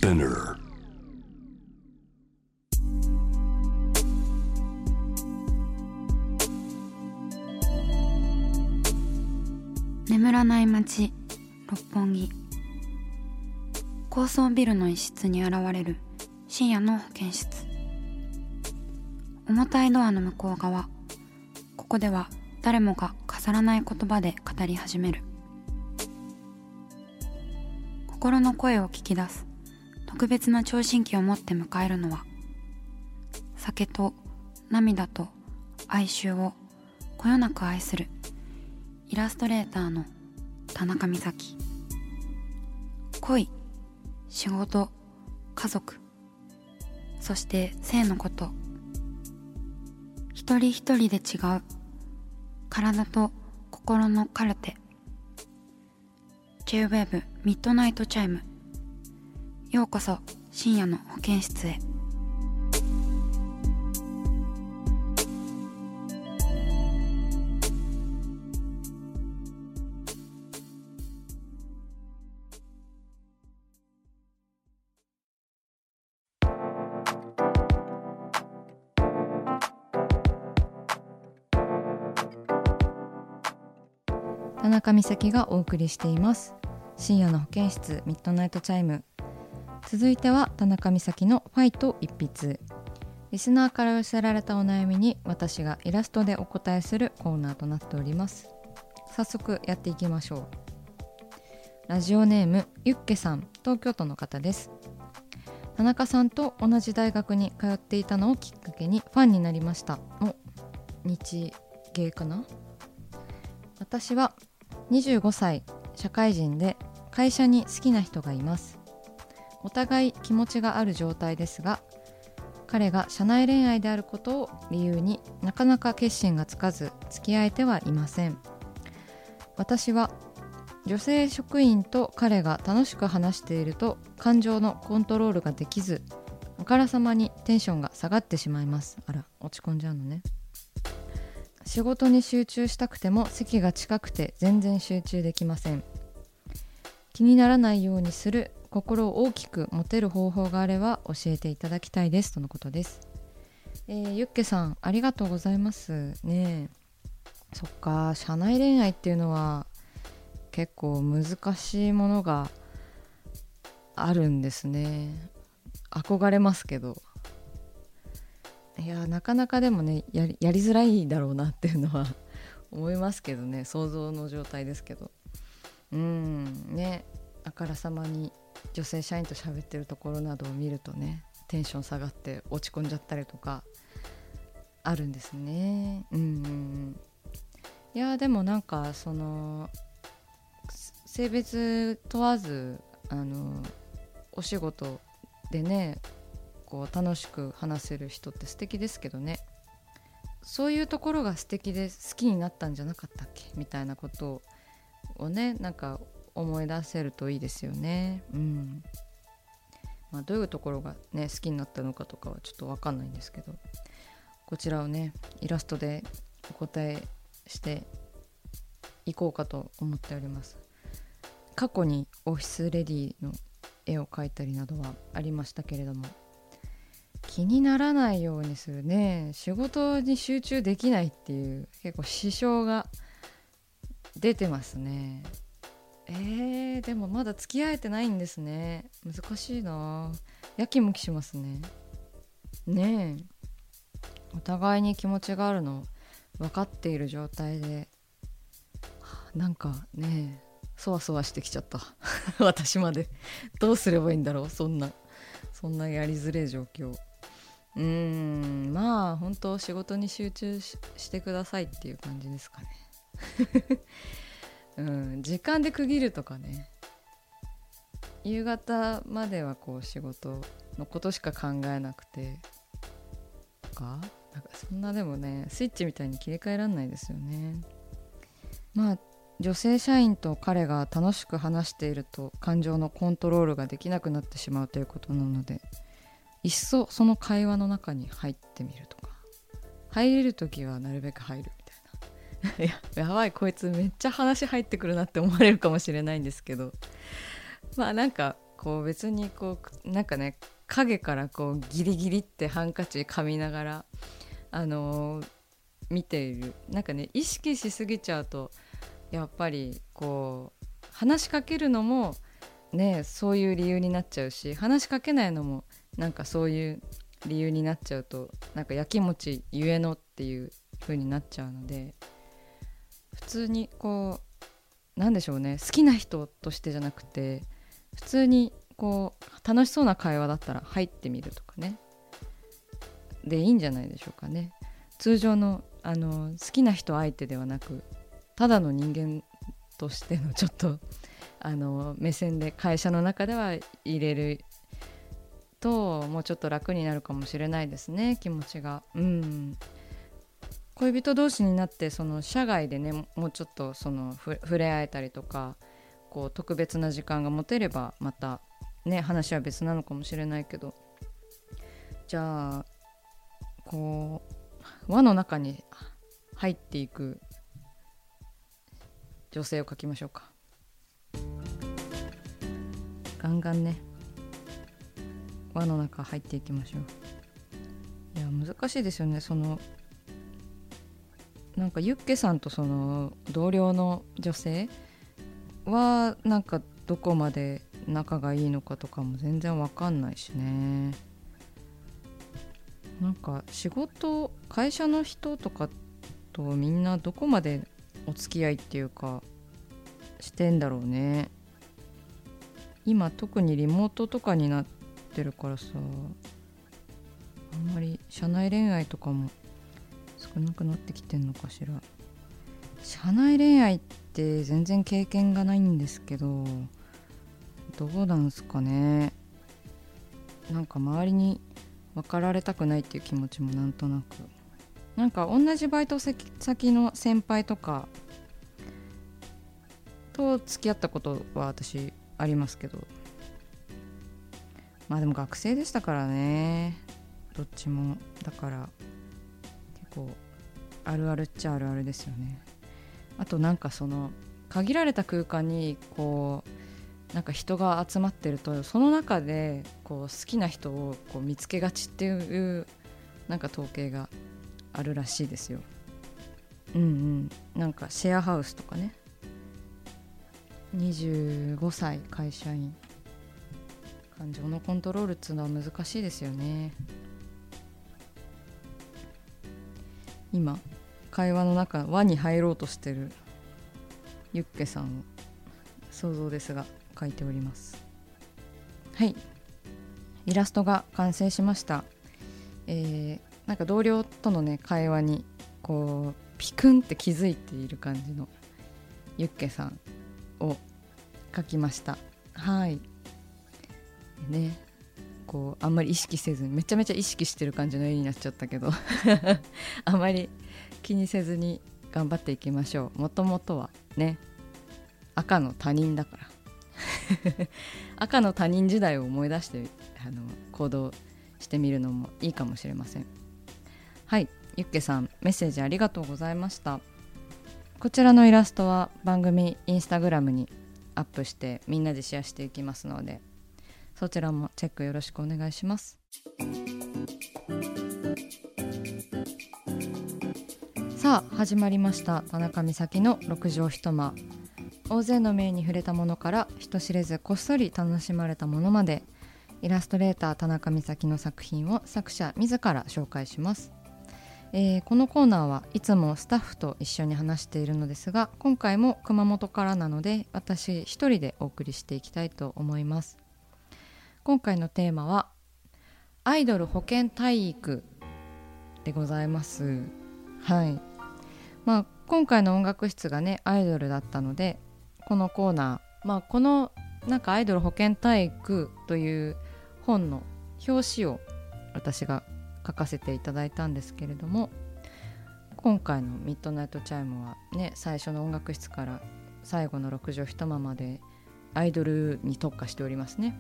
Spinner. 眠らない街六本木。高層ビルの一室に現れる深夜の保健室。重たいドアの向こう側、ここでは誰もが飾らない言葉で語り始める。心の声を聞き出す特別な聴診器を持って迎えるのは、酒と涙と哀愁をこよなく愛するイラストレーターの田中美咲。恋、仕事、家族、そして性のこと、一人一人で違う体と心のカルテ。 J-WAVE ミッドナイトチャイム。ようこそ深夜の保健室へ。 田中美咲がお送りしています深夜の保健室ミッドナイトチャイム。続いては田中美咲のファイト一筆。リスナーから寄せられたお悩みに私がイラストでお答えするコーナーとなっております。早速やっていきましょう。ラジオネームゆっけさん、東京都の方です。田中さんと同じ大学に通っていたのをきっかけにファンになりました。日芸かな。私は25歳、社会人で会社に好きな人がいます。お互い気持ちがある状態ですが、彼が社内恋愛であることを理由になかなか決心がつかず付き合えてはいません。私は女性職員と彼が楽しく話していると感情のコントロールができず、あからさまにテンションが下がってしまいます。あら、落ち込んじゃうのね。仕事に集中したくても席が近くて全然集中できません。気にならないようにする、心を大きく持てる方法があれば教えていただきたいですとのことです。ゆっけさん、ありがとうございますね。そっか、社内恋愛っていうのは結構難しいものがあるんですね。憧れますけど、いやなかなかでもね やりづらいだろうなっていうのは思いますけどね。想像の状態ですけど、ね、あからさまに女性社員と喋ってるところなどを見るとね、テンション下がって落ち込んじゃったりとかあるんですね。いやでもなんかその性別問わずお仕事でねこう楽しく話せる人って素敵ですけどね。そういうところが素敵で好きになったんじゃなかったっけみたいなことをね、なんか思い出せるといいですよね。どういうところがね好きになったのかとかはちょっと分かんないんですけど、こちらをねイラストでお答えしていこうかと思っております。過去にオフィスレディの絵を描いたりなどはありましたけれども、気にならないようにするね、仕事に集中できないっていう結構支障が出てますね。でもまだ付き合えてないんですね。難しいな。やきもきしますね。ねえ、お互いに気持ちがあるの分かっている状態でなんかねそわそわしてきちゃった私までどうすればいいんだろう。そんなやりづれえ状況。まあ本当仕事に集中 してくださいっていう感じですかね時間で区切るとかね、夕方まではこう仕事のことしか考えなくてとか、なんかそんなでもねスイッチみたいに切り替えらんないですよね。まあ女性社員と彼が楽しく話していると感情のコントロールができなくなってしまうということなので、いっそその会話の中に入ってみるとか、入れるときはなるべく入るみたいなやばいこいつめっちゃ話入ってくるなって思われるかもしれないんですけど、まあなんかこう別にこうなんかね影からこうギリギリってハンカチ噛みながら見ている。なんかね意識しすぎちゃうとやっぱりこう話しかけるのもねそういう理由になっちゃうし、話しかけないのもなんかそういう理由になっちゃうと、なんかやきもちゆえのっていう風になっちゃうので、普通にこうなんでしょうね、好きな人としてじゃなくて普通にこう楽しそうな会話だったら入ってみるとかねでいいんじゃないでしょうかね。通常の好きな人相手ではなく、ただの人間としてのちょっと目線で会社の中では入れるともうちょっと楽になるかもしれないですね、気持ちが。恋人同士になってその社外でねもうちょっとその触れ合えたりとか、こう特別な時間が持てればまたね話は別なのかもしれないけど、じゃあこう輪の中に入っていく女性を描きましょうか。ガンガンね輪の中入っていきましょう。いや難しいですよね。そのなんかユッケさんとその同僚の女性はなんかどこまで仲がいいのかとかも全然わかんないしね。なんか仕事会社の人とかとみんなどこまでお付き合いっていうかしてんだろうね。今特にリモートとかになってるからさ、あんまり社内恋愛とかも少なくなってきてんのかしら。社内恋愛って全然経験がないんですけど、どうなんすかね。なんか周りに分かられたくないっていう気持ちもなんとなく、なんか同じバイト先の先輩とかと付き合ったことは私ありますけど、まあでも学生でしたからねどっちも。だから結構あるあるっちゃあるあるですよね。あとなんかその限られた空間にこうなんか人が集まってると、その中でこう好きな人をこう見つけがちっていうなんか統計があるらしいですよ。なんかシェアハウスとかね、25歳会社員、感情のコントロールっていうのは難しいですよね。今会話の中輪に入ろうとしてるユッケさんを想像ですが描いております。はい、イラストが完成しました。なんか同僚とのね会話にこうピクンって気づいている感じのユッケさんを描きました。はいね、こうあんまり意識せずに、めちゃめちゃ意識してる感じの絵になっちゃったけどあまり気にせずに頑張っていきましょう。もともとはね赤の他人だから赤の他人時代を思い出して行動してみるのもいいかもしれません。はい、ゆっけさんメッセージありがとうございました。こちらのイラストは番組インスタグラムにアップしてみんなでシェアしていきますので、そちらもチェックよろしくお願いします。さあ始まりました、田中美咲の六畳一間。大勢の目に触れたものから人知れずこっそり楽しまれたものまで、イラストレーター田中美咲の作品を作者自ら紹介します。このコーナーはいつもスタッフと一緒に話しているのですが、今回も熊本からなので私一人でお送りしていきたいと思います。今回のテーマはアイドル保健体育でございます。はい、今回の音楽室がねアイドルだったので、このコーナー、このなんかアイドル保健体育という本の表紙を私が書かせていただいたんですけれども、今回のミッドナイトチャイムはね最初の音楽室から最後の六畳一間までアイドルに特化しておりますね。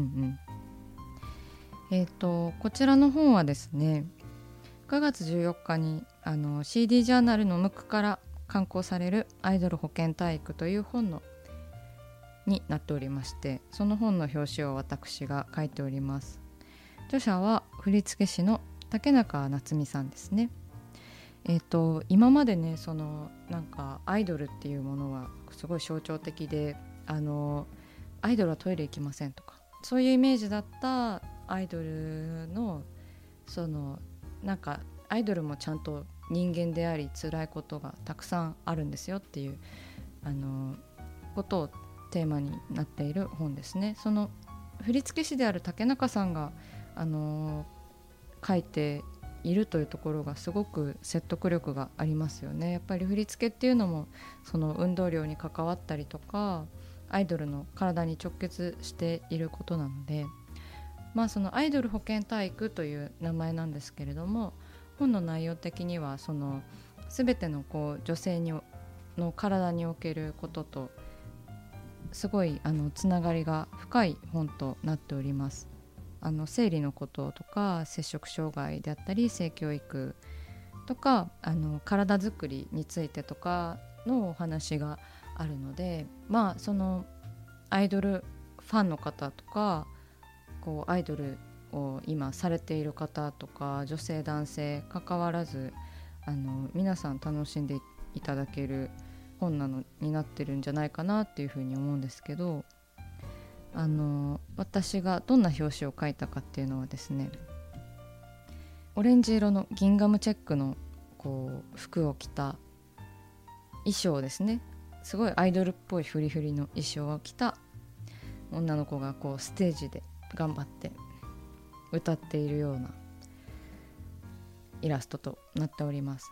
こちらの本はですね9月14日にCD ジャーナルのムックから刊行されるアイドル保健体育という本のになっておりまして、その本の表紙を私が書いております。著者は振付師の竹中夏実さんですね。今までね、そのなんかアイドルっていうものはすごい象徴的で、アイドルはトイレ行きませんとか、そういうイメージだったアイドルの、そのなんかアイドルもちゃんと人間であり辛いことがたくさんあるんですよっていうことをテーマになっている本ですね。その振付師である竹中さんが書いているというところがすごく説得力がありますよね。やっぱり振り付けっていうのもその運動量に関わったりとか、アイドルの体に直結していることなので、そのアイドル保健体育という名前なんですけれども、本の内容的にはその全ての女性の体におけることとすごいつながりが深い本となっております。生理のこととか摂食障害であったり性教育とか体づくりについてとかのお話があるので、そのアイドルファンの方とかアイドルを今されている方とか女性男性関わらず皆さん楽しんでいただける本になってるんじゃないかなっていうふうに思うんですけど、私がどんな表紙を書いたかっていうのはですね、オレンジ色のギンガムチェックの服を着た衣装ですね。すごいアイドルっぽいフリフリの衣装を着た女の子がステージで頑張って歌っているようなイラストとなっております。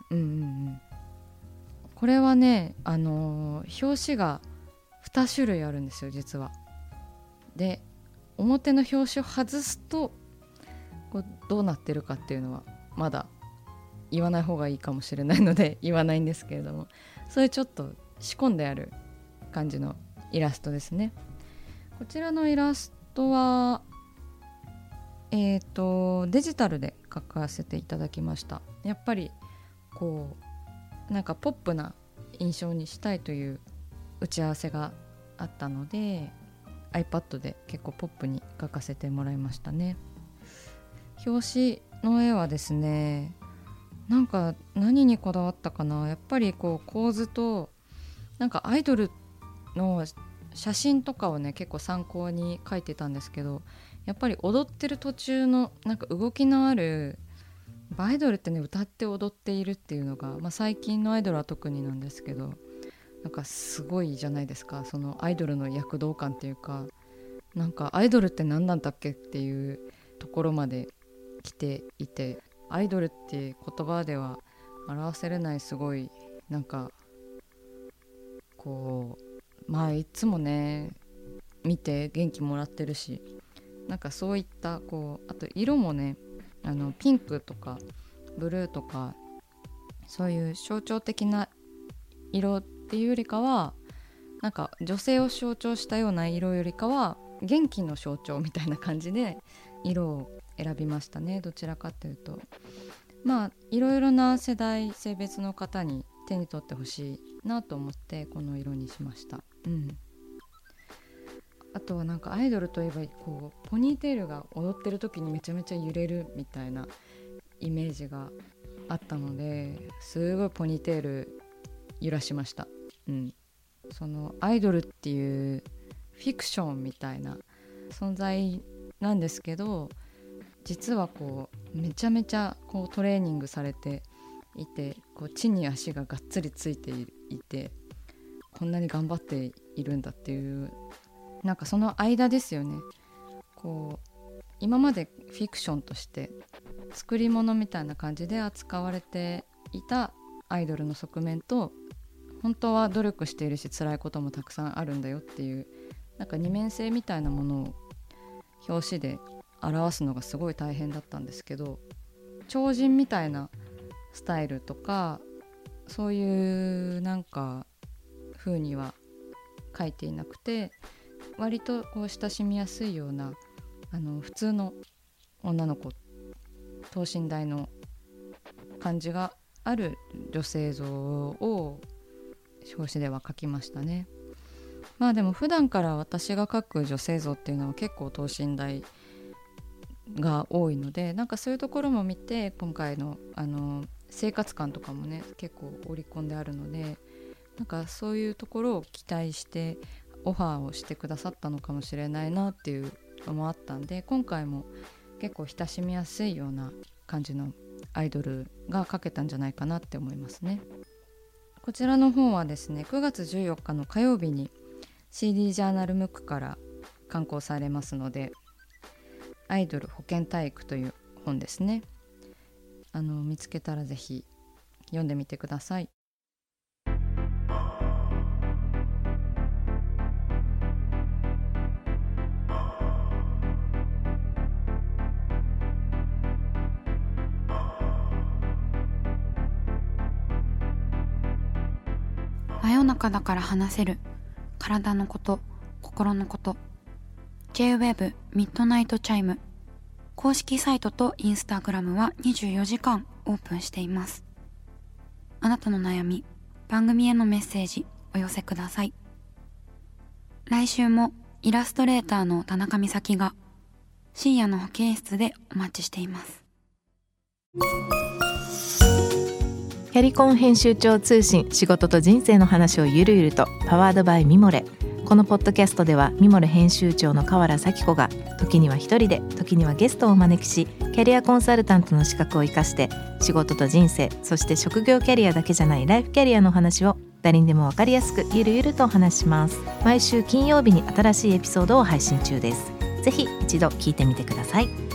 これはね、表紙が2種類あるんですよ実は。で、表の表紙を外すとどうなってるかっていうのはまだ言わない方がいいかもしれないので言わないんですけれども、そういうちょっと仕込んである感じのイラストですね。こちらのイラストはデジタルで描かせていただきました。やっぱりなんかポップな印象にしたいという打ち合わせがあったので iPad で結構ポップに描かせてもらいましたね。表紙の絵はですね、なんか何にこだわったかな。やっぱり構図となんかアイドルの写真とかをね結構参考に描いてたんですけど、やっぱり踊ってる途中のなんか動きのあるアイドルってね、歌って踊っているっていうのが、最近のアイドルは特になんですけど、なんかすごいじゃないですか。そのアイドルの躍動感っていうか、なんかアイドルって何なんだっけっていうところまで来ていて、アイドルって言葉では表せれないすごいなんかいつもね見て元気もらってるし、なんかそういったあと色もねピンクとかブルーとかそういう象徴的な色っていうよりかは、なんか女性を象徴したような色よりかは元気の象徴みたいな感じで色を選びましたね。どちらかというといろいろな世代性別の方に手に取ってほしいなと思ってこの色にしました。あとはなんかアイドルといえばポニーテールが踊ってる時にめちゃめちゃ揺れるみたいなイメージがあったので、すごいポニーテール揺らしました。そのアイドルっていうフィクションみたいな存在なんですけど、実はめちゃめちゃトレーニングされていて、地に足ががっつりついていて、こんなに頑張っているんだっていう、なんかその間ですよね。今までフィクションとして作り物みたいな感じで扱われていたアイドルの側面と、本当は努力しているし辛いこともたくさんあるんだよっていう、なんか二面性みたいなものを表紙で表すのがすごい大変だったんですけど、超人みたいなスタイルとかそういうなんか風には書いていなくて、割と親しみやすいような普通の女の子、等身大の感じがある女性像を表紙では描きましたね。 でも普段から私が描く女性像っていうのは結構等身大が多いので、なんかそういうところも見て今回の、生活感とかもね結構織り込んであるので、なんかそういうところを期待してオファーをしてくださったのかもしれないなっていうのもあったんで、今回も結構親しみやすいような感じのアイドルが描けたんじゃないかなって思いますね。こちらの方はですね、9月14日の火曜日に CD ジャーナルムックから刊行されますので、アイドル保健体育という本ですね。見つけたらぜひ読んでみてください。 真夜中だから話せる体のこと、心のこと。 J-WEB ミッドナイトチャイム公式サイトとインスタグラムは24時間オープンしています。あなたの悩み、番組へのメッセージお寄せください。来週もイラストレーターの田中美咲が深夜の保健室でお待ちしています。 キャリコン編集長通信、仕事と人生の話をゆるゆると、パワードバイミモレ。このポッドキャストではミモレ編集長の河原咲子が時には一人で、時にはゲストをお招きし、キャリアコンサルタントの資格を生かして仕事と人生、そして職業キャリアだけじゃないライフキャリアの話を誰にでも分かりやすくゆるゆるとお話します。毎週金曜日に新しいエピソードを配信中です。ぜひ一度聞いてみてください。